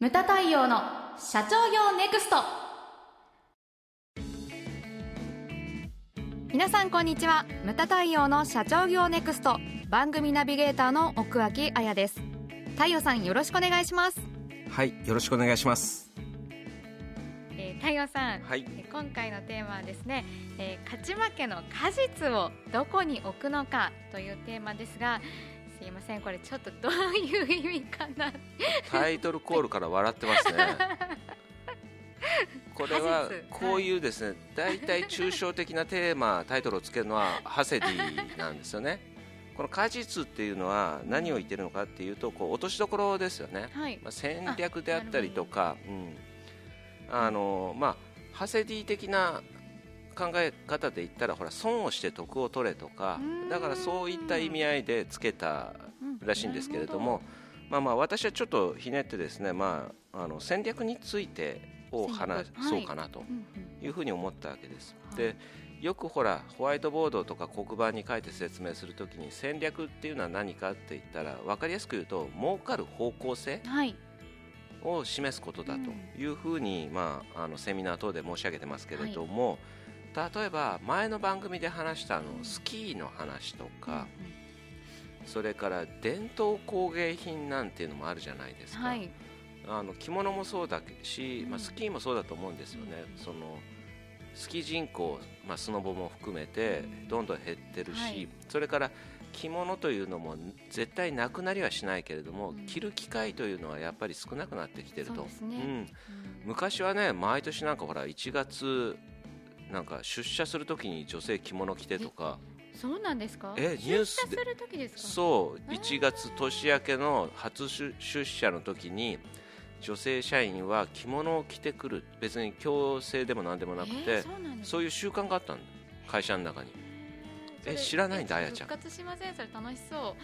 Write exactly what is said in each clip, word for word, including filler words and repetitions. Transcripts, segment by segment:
ムタ太陽の社長業ネクスト。皆さんこんにちは。ムタ太陽の社長業ネクスト番組ナビゲーターの奥脇彩です。太陽さん、よろしくお願いします。 はい、よろしくお願いします。 えー、太陽さん、 はい、 えー、今回のテーマはですね、えー、勝ち負けの果実をどこに置くのかというテーマですが、すいません、これちょっとどういう意味かな。 タイトルコールから笑ってますね。これはこういうですね、だいたい抽象的なテーマタイトルをつけるのはハセディなんですよね。この果実っていうのは何を言ってるのかっていうと、こう落としどころですよね、はい。まあ、戦略であったりとか、うん、あのまあ、ハセディ的な考え方で言ったら、ほら損をして得を取れとか、だからそういった意味合いでつけたらしいんですけれども、まあ、まあ私はちょっとひねってですね、まあ、あの戦略についてを話そうかなというふうに思ったわけです。で、よくほらホワイトボードとか黒板に書いて説明するときに、戦略っていうのは何かって言ったら、分かりやすく言うと儲かる方向性を示すことだというふうに、まあ、あのセミナー等で申し上げてますけれども、例えば前の番組で話したあのスキーの話とか、それから伝統工芸品なんていうのもあるじゃないですか、はい。あの着物もそうだし、まあ、スキーもそうだと思うんですよね。そのスキー人口、まあ、スノボも含めてどんどん減ってるし、はい、それから着物というのも絶対なくなりはしないけれども、うん、着る機会というのはやっぱり少なくなってきてると。そうですね、うん、昔はね、毎年なんかほらいちがつなんか出社するときに女性着物着てとか。 そうなんですか。 えニュースで出社する時ですか。 そういちがつ年明けの初出社の時に女性社員は着物を着てくる。別に強制でも何でもなくて、えー そうなんですか。そういう習慣があったんだ、会社の中に。え知らないんだ、あやちゃん。 復活しません。それ楽しそう、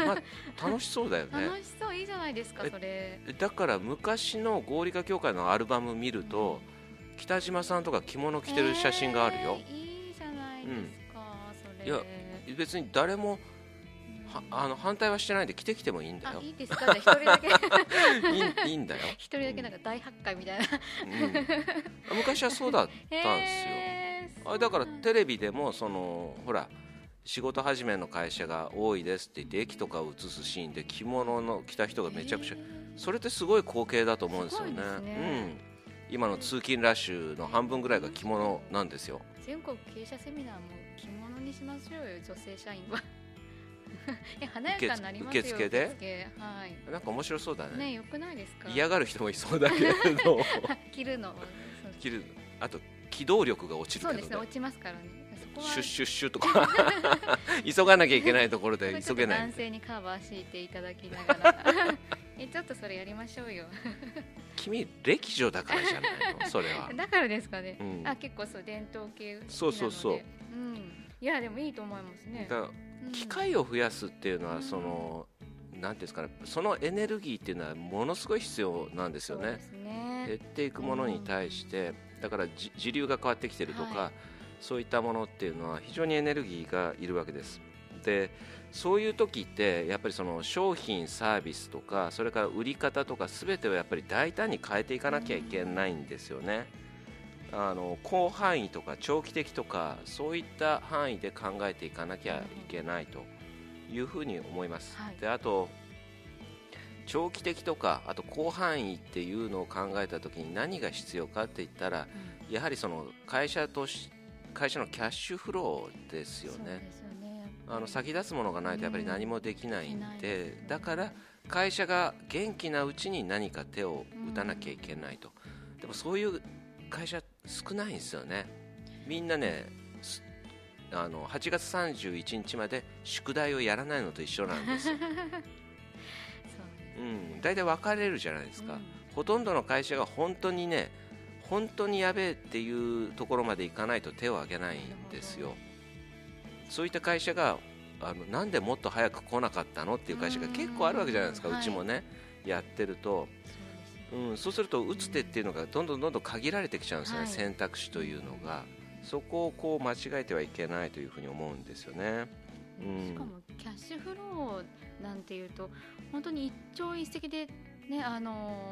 まあ、楽しそうだよね。 楽しそう、いいじゃないですかそれ。 だから昔の合理化協会のアルバム見ると、うん、北島さんとか着物着てる写真があるよ、 えー、いいじゃないですか、うん、それ。 いや別に誰もはあの反対はしてないで着てきてもいいんだよ。 あ、いいですか。じゃあ一人だけいい、いいんだよ。 一人だけなんか大発会みたいな、 うん、昔はそうだったんですよ、えー、あだからテレビでもそのほら仕事始めの会社が多いですって言って駅とかを映すシーンで着物の着た人がめちゃくちゃ、えー、それってすごい光景だと思うんですよ ね, すね、うん、今の通勤ラッシュの半分ぐらいが着物なんですよ。 全国経営者セミナーも着物にしましょうよ、女性社員は。華やかになりますよ。 受付で受付、はい、 なんか面白そうだね。 ね、よくないですか。 嫌がる人もいそうだけれど着るの着る、あと機動力が落ちるけどね。 そうですね、落ちますからね。そこはシュッシュッシュとか急がなきゃいけないところで急げない。 男性にカバーしていていただきながらえちょっとそれやりましょうよ。 君歴女だからじゃないのそれは。 だからですかね、うん、あ結構そう伝統系好きなので。 そうそうそう、うん、 いやでもいいと思いますね。 だ機会を増やすっていうのは、うん、そのなんていうんですかね、そのエネルギーっていうのはものすごい必要なんですよ ね, ですね。減っていくものに対して、うん、だから時流が変わってきてるとか、はい、そういったものっていうのは非常にエネルギーがいるわけです。でそういう時ってやっぱりその商品サービスとか、それから売り方とか全てをやっぱり大胆に変えていかなきゃいけないんですよね。あの広範囲とか長期的とかそういった範囲で考えていかなきゃいけないというふうに思います、はい。であと長期的とかあと広範囲っていうのを考えた時に何が必要かって言ったら、うん、やはりその会社とし会社のキャッシュフローですよね。そうですよね。あの先立つものがないとやっぱり何もできないんで、うん、だから会社が元気なうちに何か手を打たなきゃいけないと、うん、でもそういう会社少ないんですよね。みんなね、あのはちがつさんじゅういちにちまで宿題をやらないのと一緒なんですよ。そうですね。うん、だいたい分かれるじゃないですか、うん、ほとんどの会社が本当にね本当にやべえっていうところまでいかないと手を挙げないんですよ。そういった会社があのなんでもっと早く来なかったのっていう会社が結構あるわけじゃないですか。 う, うちもね、はい、やってるとうん、そうすると打つ手っていうのがどんどんどんどん限られてきちゃうんですよね、はい、選択肢というのが。そこをこう間違えてはいけないというふうに思うんですよね、うん、 しかもキャッシュフローなんていうと本当に一朝一夕で、ね、あの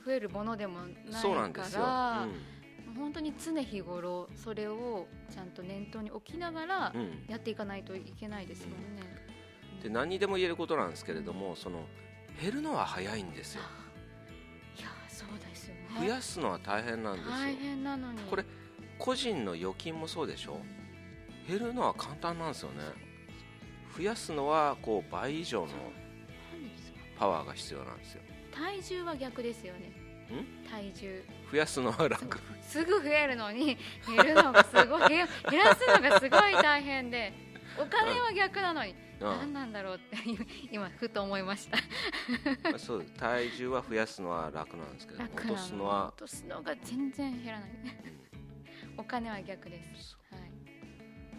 増えるものでもないそうなんですよ、 から、うん、本当に常日頃それをちゃんと念頭に置きながらやっていかないといけないですもんね、 うん、で何にでも言えることなんですけれども、その減るのは早いんですよ。 いやそうですよね。 増やすのは大変なんですよ。 大変なのに。 これ個人の預金もそうでしょ。減るのは簡単なんですよね。増やすのはこう倍以上のパワーが必要なんですよ。 体重は逆ですよね。 ん体重増やすのは楽。 すぐ増えるのに減るのがすごい減らすのがすごい大変で、お金は逆なのに、うん、何なんだろうって今ふと思いましたそう体重は増やすのは楽なんですけど、落とすのは落とすのが全然減らない、うん、お金は逆です。はい、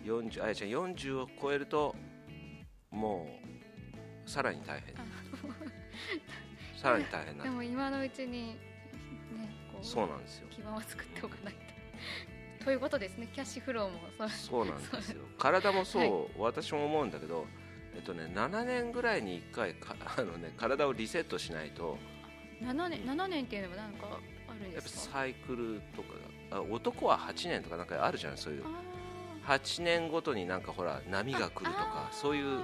よんじゅうあやちゃんよんじゅうを超えるともうさらに大変さらに大変なんでも今のうちに、ね、こうそうなんですよ。 基盤を作っておかないとということですね。キャッシュフローもそう、 そうなんですよ。体もそう、はい、私も思うんだけど、えっとね、ななねんぐらいにいっかいかあの、ね、体をリセットしないと。 ななねん、ななねんっていうのは何かあるんですか。 やっぱサイクルとかあ男ははちねんとかなんかあるじゃん、そういうはちねんごとになんかほら波が来るとかそういう、うん、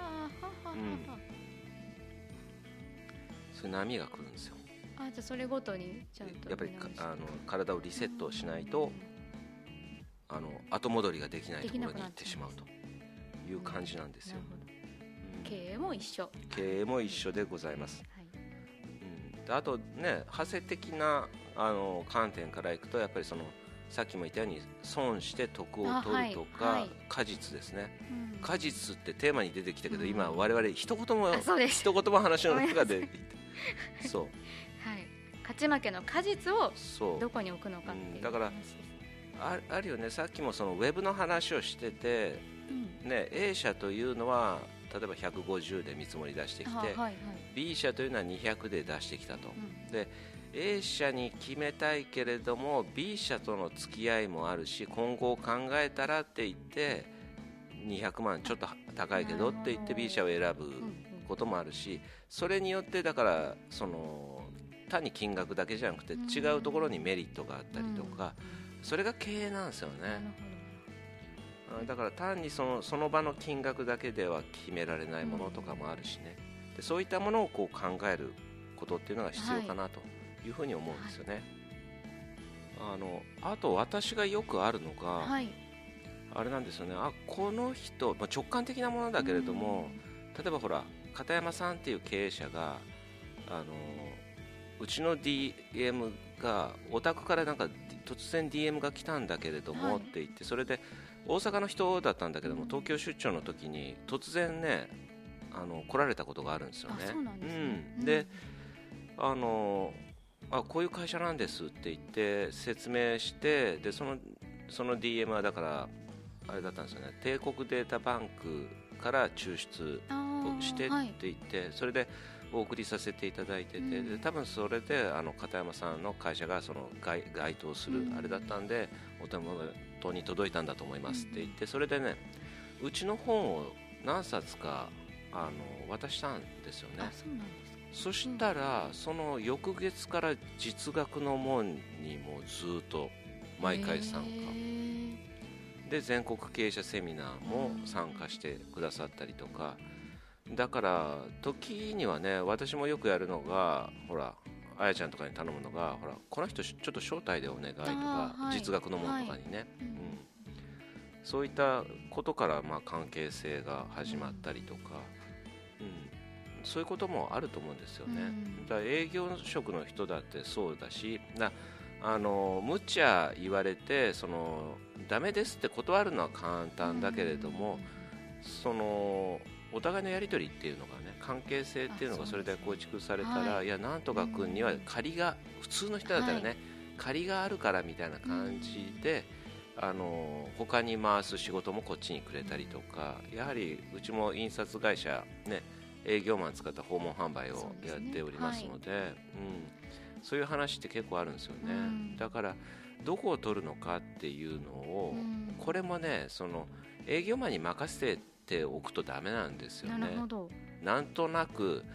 そういう波が来るんですよ。 あ、じゃあそれごとにちゃんとやっぱりあの体をリセットしないと、あの後戻りができないところに行ってしまうという感じなんですよ。 うん、経営も一緒。 経営も一緒でございます。はい、うん、であとね、派生的なあの観点からいくと、やっぱりそのさっきも言ったように損して得を取るとか、はいはい、果実ですね、うん、果実ってテーマに出てきたけど、うん、今我々一言も一言も話の中でそう、はい、 勝ち負けの果実をどこに置くのかっていう、うん、 だからあ, あるよね。さっきもそのウェブの話をしてて、うんね、A 社というのは例えばひゃくごじゅうで見積もり出してきて、はいはい、B 社というのはにひゃくで出してきたと、うん、でA 社に決めたいけれども B 社との付き合いもあるし、今後を考えたらって言ってにひゃくまんちょっと高いけどって言って B 社を選ぶこともあるし、それによってだからその単に金額だけじゃなくて違うところにメリットがあったりとか、それが経営なんですよね。だから単にその、その場の金額だけでは決められないものとかもあるしね、でそういったものをこう考えることっていうのが必要かなというふうに思うんですよね。はい、あのあと私がよくあるのが、はい、あれなんですよね。あこの人、まあ、直感的なものだけれども、例えばほら片山さんっていう経営者があのうちの ディーエム がお宅からなんか突然 ディーエム が来たんだけれども、はい、って言って、それで大阪の人だったんだけども、東京出張の時に突然ねあの来られたことがあるんですよね。 あ、そうなんですね。 うん、で、あのあこういう会社なんですって言って説明して、でそのその ディーエム はだからあれだったんですよね。帝国データバンクから抽出をしてって言って、はい、それでお送りさせていただいてて、うん、で多分それであの片山さんの会社がその 該, 該当するあれだったんで、うん、お手元に届いたんだと思いますって言って、それでねうちの本を何冊かあの渡したんですよね。 あ、そうなんですか。 そしたら、うん、その翌月から実学の門にもずっと毎回参加で、全国経営者セミナーも参加してくださったりとか、だから時にはね、私もよくやるのが、ほらあやちゃんとかに頼むのが、ほらこの人ちょっと招待でお願いとか、はい、実学の門とかにね、はい、うん、そういったことからまあ関係性が始まったりとか、うんうん、そういうこともあると思うんですよね。うん、だから営業職の人だってそうだし、なあの無茶言われてそのダメですって断るのは簡単だけれども、うん、そのお互いのやり取りっていうのがね、関係性っていうのがそれで構築されたら、はい、いやなんとか君には借りが、普通の人だったらね、はい、借りがあるからみたいな感じで、うん、あの他に回す仕事もこっちにくれたりとか、やはりうちも印刷会社ね、営業マン使った訪問販売をやっておりますので、そうですね、はい、うん、そういう話って結構あるんですよね。うん、だからどこを取るのかっていうのを、うん、これもね、その営業マンに任せてておくとダメなんですよね。 なるほど。 なんとなく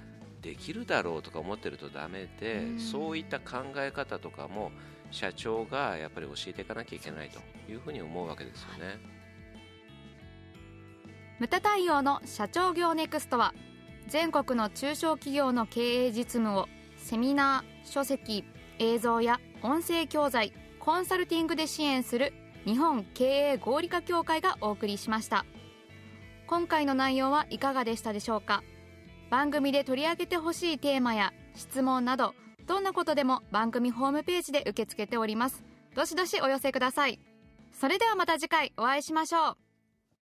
できるだろうとか思ってるとダメで、うん、そういった考え方とかも社長がやっぱり教えていかなきゃいけないというふうに思うわけですよね。 ムタ太陽の社長業ネクストは、全国の中小企業の経営実務をセミナー、書籍、映像や音声教材、コンサルティングで支援する日本経営合理化協会がお送りしました。今回の内容はいかがでしたでしょうか。番組で取り上げてほしいテーマや質問など、どんなことでも番組ホームページで受け付けております。どしどしお寄せください。それではまた次回お会いしましょう。